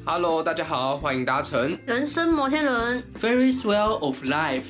Hello， 大家好，欢迎搭乘人生摩天轮 Ferris wheel of life。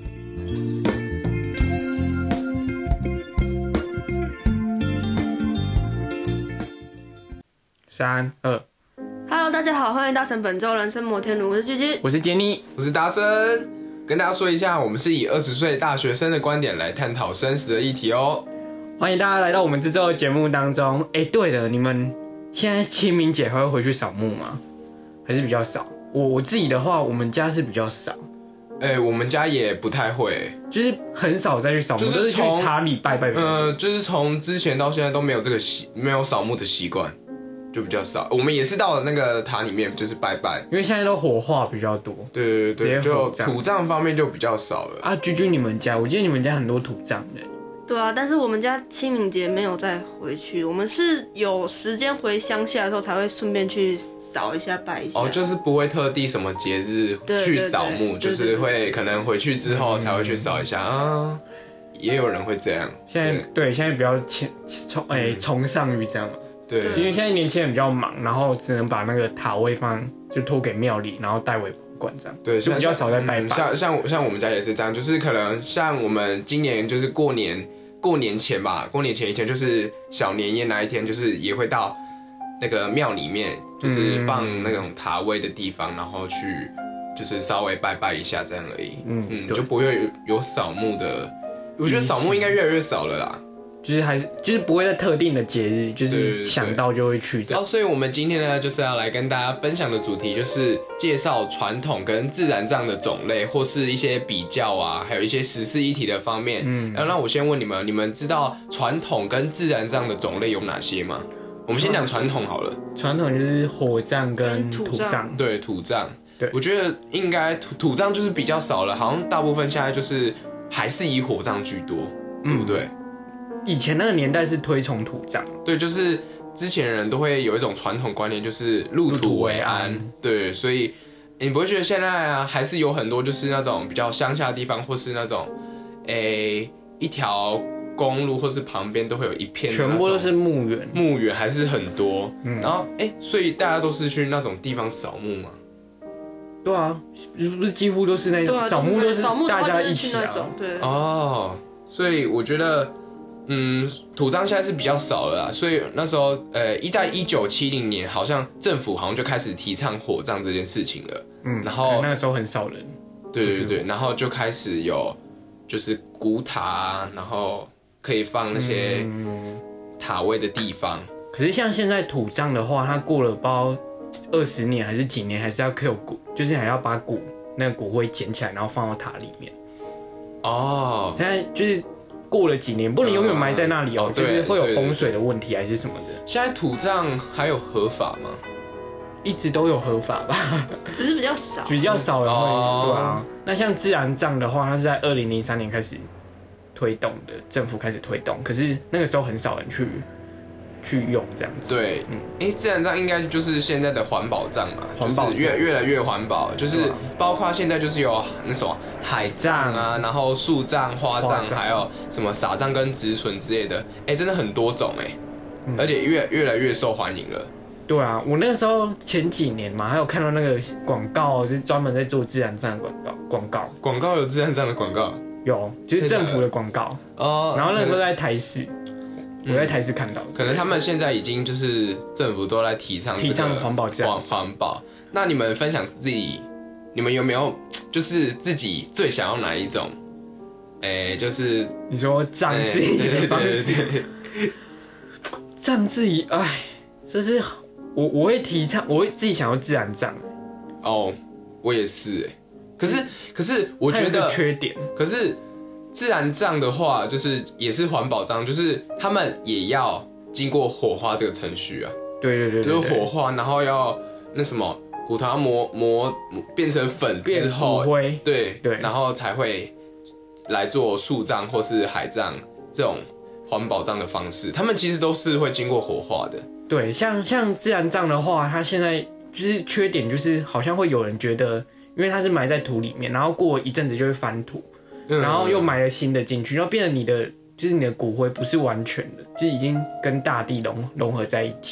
3、2， Hello， 大家好，欢迎搭乘本周人生摩天轮，我是居居， 我是杰尼， 我是达森。跟大家说一下，我们是以20岁大学生的观点来探讨生死的议题哦。 欢迎大家来到我们这周的节目当中。对了，你们现在清明节还会回去扫墓吗？还是比较少？我自己的话，我们家是比较少。 我们家也不太会， 就是很少再去扫墓， 就是去塔里拜拜。 就是从之前到现在都没有没有扫墓的习惯，就比较少。我们也是到了那个塔里面就是拜拜， 因为现在都火化比较多。 对，就土葬方面就比较少了。 啊，居居你们家，我记得你们家很多土葬的。 对啊，但是我们家清明节没有再回去，我们是有时间回乡下的时候才会顺便去扫一下拜一下。 就是不会特地什么节日去扫墓，就是会可能回去之后才会去扫一下啊。也有人会这样。 现在比较崇尚于这样。 对， 因为现在年轻人比较忙，然后只能把那个塔位就托给庙里，然后代为管这样。 对， 就比较少在拜拜。 像我们家也是这样，就是可能像我们今年就是过年前吧，过年前一天就是小年夜那一天，就是也会到那个庙里面，就是放那种塔位的地方，然后去就是稍微拜拜一下这样而已。就不会有扫墓的。我觉得扫墓应该越来越少了啦。 就是不会在特定的节日，就是想到就会去这样。 所以我们今天呢，就是要来跟大家分享的主题就是介绍传统跟自然葬的种类，或是一些比较啊，还有一些时事议题的方面。那我先问你们知道传统跟自然葬的种类有哪些吗？我们先讲传统好了。 传统就是火葬跟土葬。 对，土葬。 对， 我觉得应该土葬就是比较少了，好像大部分现在就是还是以火葬居多，对不对？ 以前那个年代是推崇土葬， 对，就是之前人都会有一种传统观念，就是入土为安，对，所以你不会觉得现在啊，还是有很多就是那种比较乡下的地方，或是那种一条公路或是旁边都会有一片全部都是墓园还是很多，然后所以大家都是去那种地方扫墓嘛。 对啊，不是几乎都是那种扫墓都是大家一起啊。 对所以我觉得。土葬现在是比较少了啦，所以那时候在1970年，好像政府好像就开始提倡火葬这件事情了。然后那个时候很少人。 对，然后就开始有就是古塔啊，然后可以放那些塔位的地方。 可是像现在土葬的话，它过了不知道20年还是几年，还是要刻骨，就是还要把那个骨灰捡起来，然后放到塔里面。现在就是。过了几年，不能永远埋在那里就是会有风水的问题还是什么的。 现在土葬还有合法吗？ 一直都有合法吧， 只是比较少， 人会对啊。那像自然葬的话，它是在2003年开始推动的，政府开始推动，可是那个时候很少人去用这样子。 对，自然葬应该就是现在的环保葬嘛，就是越来越环保，就是包括现在就是有那什么海葬啊，然后树葬、花葬，还有什么撒葬跟植存之类的，真的很多种而且越来越受欢迎了。 对啊，我那个时候前几年嘛，还有看到那个广告，就是专门在做自然葬的广告有自然葬的广告， 有就是政府的广告然后那个时候在台视。我在台视看到的， 可能他们现在已经就是政府都在提倡环保环保。那你们分享你们有没有就是自己最想要哪一种？就是你说葬自己的方式，葬自己，这是我会提倡，我会自己想要自然葬。 我也是可是我觉得缺点， 可是。自然葬的话，就是也是环保葬，就是他们也要经过火化这个程序啊。 对， 就是火化，然后要那什么骨头要磨变成粉之后， 骨灰， 对，然后才会来做树葬或是海葬这种环保葬的方式。他们其实都是会经过火化的。 对，像自然葬的话，它现在就是缺点就是好像会有人觉得，因为它是埋在土里面，然后过一阵子就会翻土。然后又埋了新的进去，然后变成你的骨灰不是完全的，就是已经跟大地融合在一起，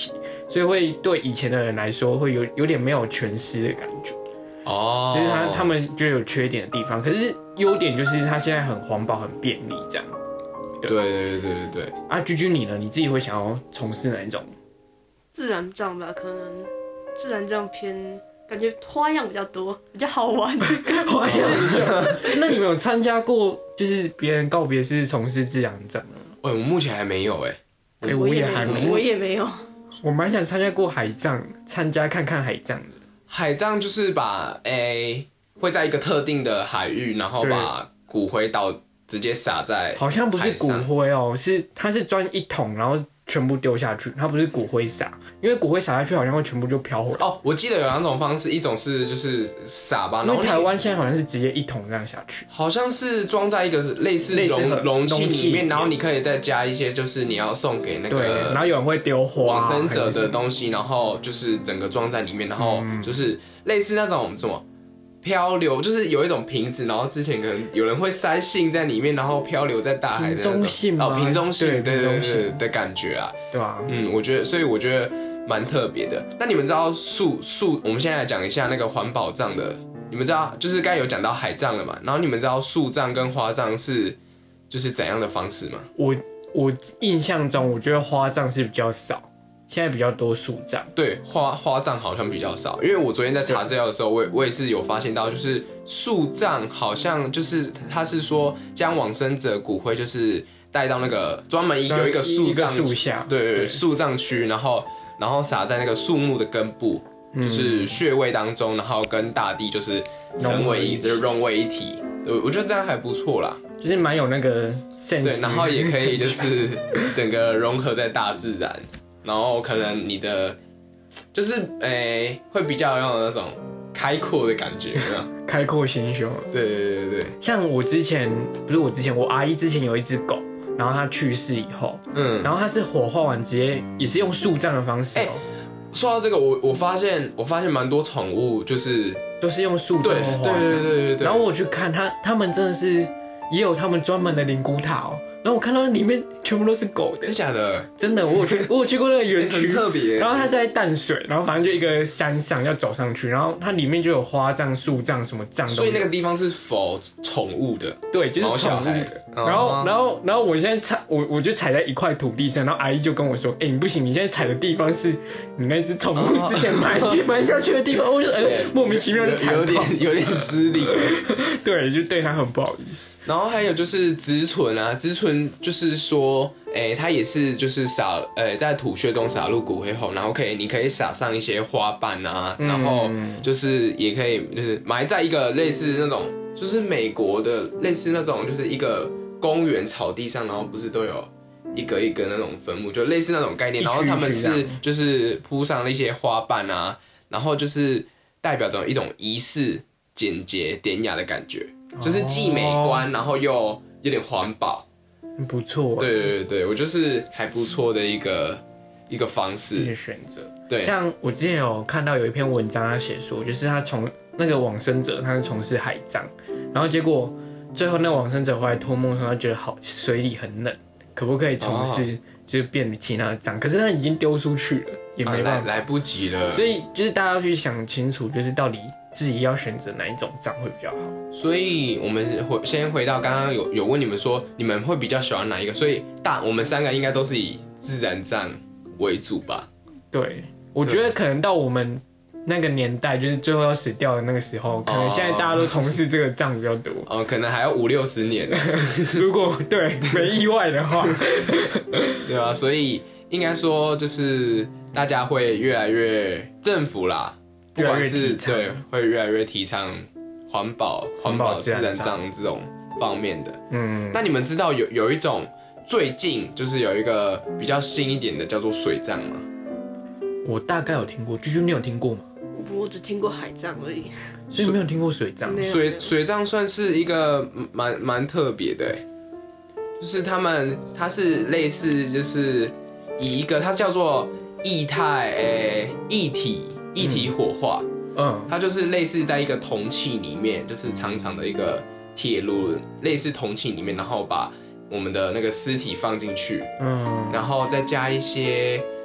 所以会对以前的人来说会有点没有全尸的感觉。 哦， 其实他们觉得有缺点的地方，可是优点就是它现在很环保、很便利这样。 对。 啊，居居你呢？你自己会想要从事哪一种？ 自然葬吧，可能自然葬偏感觉花样比较多，比较好玩。 花样。那你们有参加过就是别人告别式从事自然葬吗？ 我目前还没有我也还没， 我也没有。 我蛮想参加过海葬，参加看看海葬的。 海葬就是把会在一个特定的海域，然后把骨灰直接撒在， 好像不是骨灰哦，它是装一桶，然后全部丢下去，它不是骨灰撒，因为骨灰撒下去好像会全部就飘回来。 哦，我记得有两种方式，一种是就是撒吧， 然后台湾现在好像是直接一桶这样下去， 好像是装在一个类似容器里面，然后你可以再加一些就是你要送给那个， 对，然后有人会丢花往生者的东西，然后就是整个装在里面，然后就是类似那种什么。漂流就是有一种瓶子，然后之前可能有人会塞信在里面，然后漂流在大海的那种瓶中信吗？ 瓶中信， 对的感觉啊， 对啊， 我觉得，所以我觉得蛮特别的。那你们知道我们现在来讲一下那个环保葬的，你们知道就是刚才有讲到海葬了嘛？然后你们知道树葬跟花葬是就是怎样的方式吗？ 我印象中，我觉得花葬是比较少。现在比较多树葬， 对，花葬好像比较少，因为我昨天在查资料的时候，我也是有发现到，就是树葬好像就是他是说将往生者骨灰就是带到那个专门有一个树葬下， 对，树葬区，然后撒在那个树木的根部，就是穴位当中，然后跟大地就是融为一体，我觉得这样还不错啦。 就是蛮有那个 sense， 对，然后也可以就是整个融合在大自然。然后可能你的就是会比较有那种开阔的感觉，有没有？ 开阔心胸。 对。像我阿姨之前有一只狗，然后她去世以后，然后她是火化完直接也是用树葬的方式哦。 说到这个，我发现蛮多宠物就是都是用树葬或花葬。对。然后我去看他们真的是也有他们专门的灵骨塔哦。然后我看到里面全部都是狗的， 真的假的？ 真的，我有去过那个园区， 很特别。 然后它是在淡水，然后反正就一个山上要走上去，然后它里面就有花葬、树葬什么葬， 所以那个地方是否宠物的？ 对，就是宠物的。然后我现在踩，我就踩在一块土地上，然后阿姨就跟我说：“你不行，你现在踩的地方是你那只宠物之前埋下去的地方。”我就说：“莫名其妙就踩到， 有点失礼。” 对，就对他很不好意思。 然后还有就是植存啊，植存就是说，它也是就是在土穴中撒入骨灰后，然后你可以撒上一些花瓣啊，然后就是也可以就是埋在一个类似那种就是美国的类似那种就是一个公园草地上，然后不是都有一个一个那种坟墓，就类似那种概念，然后他们是就是铺上了一些花瓣啊，然后就是代表着一种仪式、简洁、典雅的感觉。就是既美观，然后又有点环保， 不错。 对，我就是还不错的一个方式， 一个选择。 对， 像我之前有看到有一篇文章，他写说，就是他从那个往生者，他是从事海葬，然后结果最后那个往生者回来托梦说，他觉得好水里很冷，可不可以从事就是变其他的葬？可是他已经丢出去了，也没办法， 来不及了。 所以就是大家要去想清楚，就是到底自己要选择哪一种葬会比较好。 所以我们先回到刚刚有问你们说你们会比较喜欢哪一个，所以我们三个应该都是以自然葬为主吧？ 对，我觉得可能到我们那个年代，就是最后要死掉的那个时候，可能现在大家都从事这个葬比较多。 可能还要50-60年。 如果对没意外的话， 对吧？所以应该说就是大家会越来越政府啦。不管是对，会越来越提倡环保自然葬这种方面的。那你们知道有一种最近就是有一个比较新一点的叫做水葬吗？ 我大概有听过，居你有听过吗？ 我只听过海葬而已， 所以没有听过水葬。 水葬算是一个蛮特别的，就是它是类似就是以一个它叫做液体火化，它就是类似在一个铜器里面，就是长长的一个铁炉，类似铜器里面，然后把我们的那个尸体放进去，然后再加一些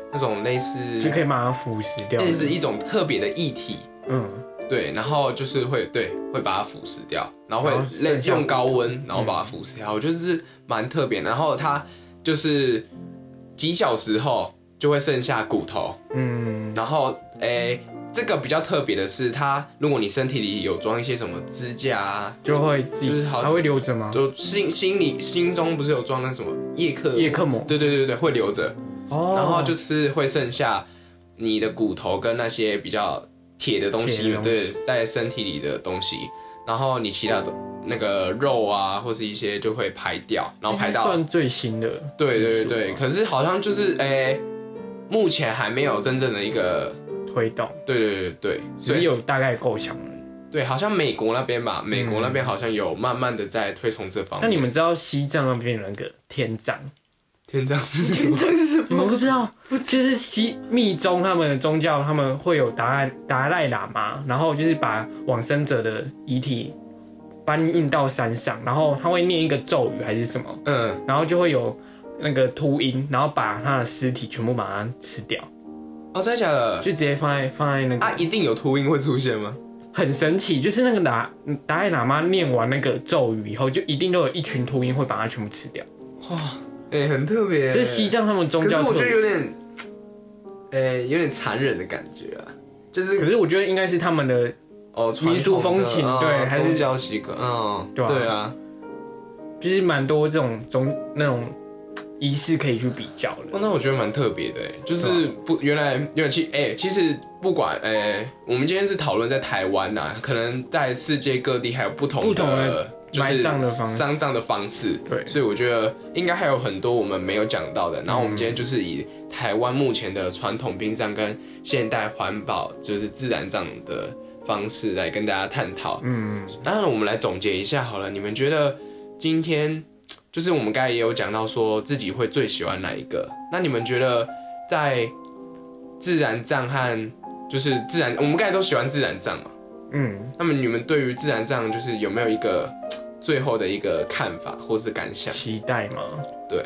那种类似就可以把它腐蚀掉， 类似一种特别的液体，对，然后就是会把它腐蚀掉，然后会用高温，然后把它腐蚀掉，我觉得是蛮特别的。然后它就是几小时后就会剩下骨头，然后这个比较特别的是，它如果你身体里有装一些什么支架啊， 就会自己，就是还会留着吗？ 就心中不是有装那什么叶克膜？对，会留着。然后就是会剩下你的骨头跟那些比较铁的东西，对，在身体里的东西，然后你其他的那个肉啊，或是一些就会排掉，然后排到算最新的。 对，可是好像就是目前还没有真正的一个推动。对，所以有大概构想了。 对，好像美国那边吧，美国那边好像有慢慢的在推崇这方面。 那你们知道西藏那边有那个天葬？ 天葬是什么？ 你们不知道？就是密宗他们的宗教，他们会有达赖喇嘛，然后就是把往生者的遗体搬运到山上，然后他会念一个咒语还是什么，然后就会有那个秃鹰，然后把他的尸体全部把它吃掉。 哦，真的假的？ 就直接放在那个一定有秃鹰会出现吗？ 很神奇，就是那个达赖喇嘛念完那个咒语以后，就一定都有一群秃鹰会把它全部吃掉。 哇！很特别， 这是西藏他们宗教， 可是我觉得有点残忍的感觉啊，就是， 可是我觉得应该是他们的民俗风情，对，还是宗教习惯，对啊， 就是蛮多这种那种仪式可以去比较的。 那我觉得蛮特别的，就是原来其实不管我们今天是讨论在台湾呐，可能在世界各地还有不同的。就是丧葬的方式， 对， 所以我觉得应该还有很多我们没有讲到的。然后我们今天就是以台湾目前的传统殡葬跟现代环保，就是自然葬的方式来跟大家探讨。当然我们来总结一下好了，你们觉得今天就是我们刚才也有讲到说自己会最喜欢哪一个？那你们觉得在自然葬和就是我们刚才都喜欢自然葬嘛？那么你们对于自然葬就是有没有一个最后的一个看法或是感想？ 期待吗？ 对，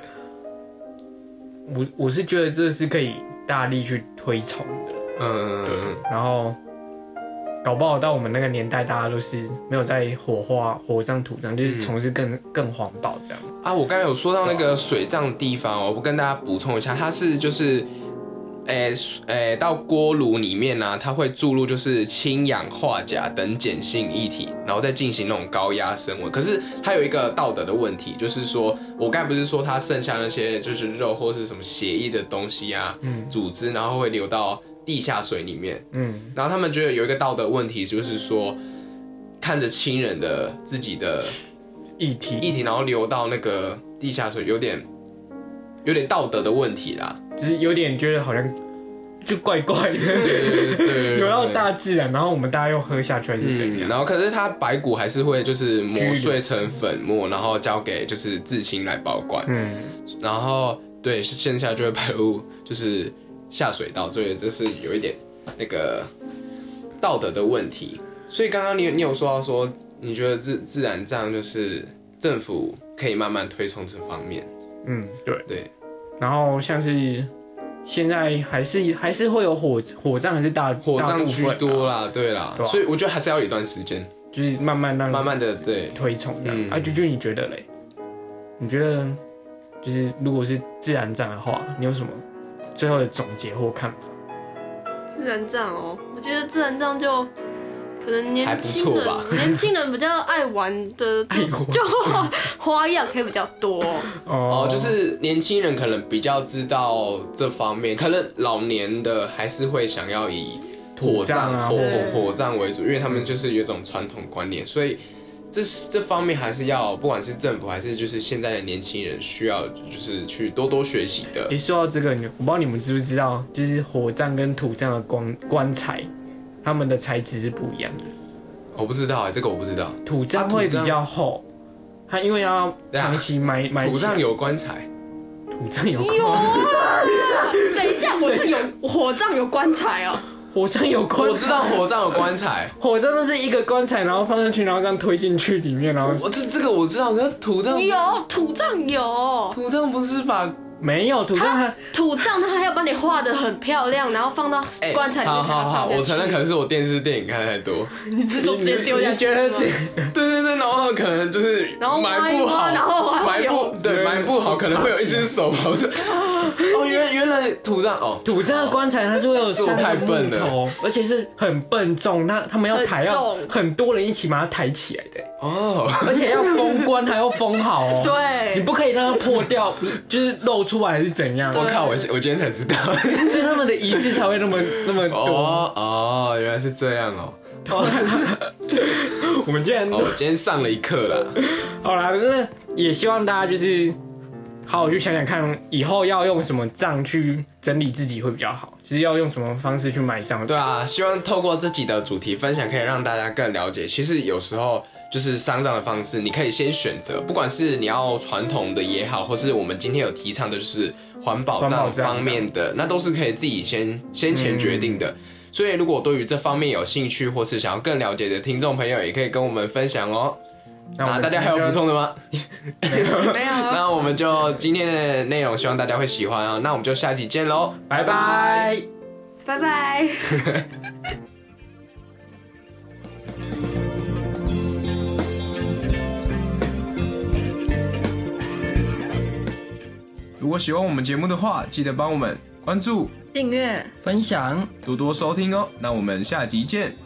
我是觉得这是可以大力去推崇的。对，然后搞不好到我们那个年代，大家都是没有在火葬、土葬，就是从事更环保这样。 我刚才有说到那个水葬的地方，我跟大家补充一下，它是就是。到锅炉里面呢，它会注入就是氢氧化钾等碱性液体，然后再进行那种高压升温。可是它有一个道德的问题，就是说我刚才不是说它剩下那些就是肉或是什么血液的东西啊，组织，然后会流到地下水里面，然后他们觉得有一个道德问题，就是说看着亲人的自己的液体， 然后流到那个地下水，有点道德的问题啦。 就是有点觉得好像就怪怪的， 对， 流到大自然，然后我们大家又喝下去还是怎样？ 然后可是它白骨还是会就是磨碎成粉末，然后交给就是至亲来保管。然后对，剩下就会排入就是下水道，所以这是有一点那个道德的问题。所以刚刚你有说到说，你觉得自然葬就是政府可以慢慢推崇这方面。对。 然后像是现在还是会有火葬，还是火葬居多啦，对啦，所以我觉得还是要有一段时间， 就是慢慢的对推崇这样。就你觉得嘞？你觉得就是如果是自然葬的话，你有什么最后的总结或看法？ 自然葬我觉得自然葬就。可能年轻人比较爱玩的，就花样可以比较多。 就是年轻人可能比较知道这方面，可能老年的还是会想要以火葬为主，因为他们就是有一种传统观念，所以这方面还是要不管是政府还是就是现在的年轻人需要就是去多多学习的。 说到这个，我不知道你们知不知道，就是火葬跟土葬的棺材。他们的材质是不一样的， 我不知道这个我不知道。 土葬会比较厚，它因为要长期埋。 土葬有棺材， 土葬有棺材。等一下，火葬有棺材哦。 火葬有棺材， 我知道火葬有棺材， 火葬都是一个棺材，然后放上去，然后这样推进去里面，然后这个我知道，可是土葬有，土葬不是把没有土葬他还要把你画得很漂亮，然后放到棺材里面才放下去。 我承认可能是我电视电影看太多， 你直接丢下去。 你觉得对，然后可能就是埋不好，埋不好，可能会有一只手跑着。哦，原来土葬的棺材它是会有3个木头，而且是很笨重，他们要抬，要很多人一起把它抬起来的。 哦， 而且要封棺还要封好哦。 对， 你不可以让它破掉，就是露出来还是怎样？ 我靠，我今天才知道， 所以他们的仪式才会那么多。 哦，原来是这样哦。 我们今天上了一课啦。 好啦，就是也希望大家就是好好去想想看，以后要用什么葬去整理自己会比较好，就是要用什么方式去埋葬。 对啊，希望透过自己的主题分享，可以让大家更了解。其实有时候就是丧葬的方式，你可以先选择，不管是你要传统的也好，或是我们今天有提倡的就是环保葬方面的，那都是可以自己先前决定的。所以如果对于这方面有兴趣或是想要更了解的听众朋友，也可以跟我们分享哦。那大家还有补充的吗？ 没有。 那我们就今天的内容希望大家会喜欢啊。那我们就下集见喽， 拜拜， 拜拜。 如果喜欢我们节目的话，记得帮我们关注、 订阅、 分享， 多多收听哦。那我们下集见。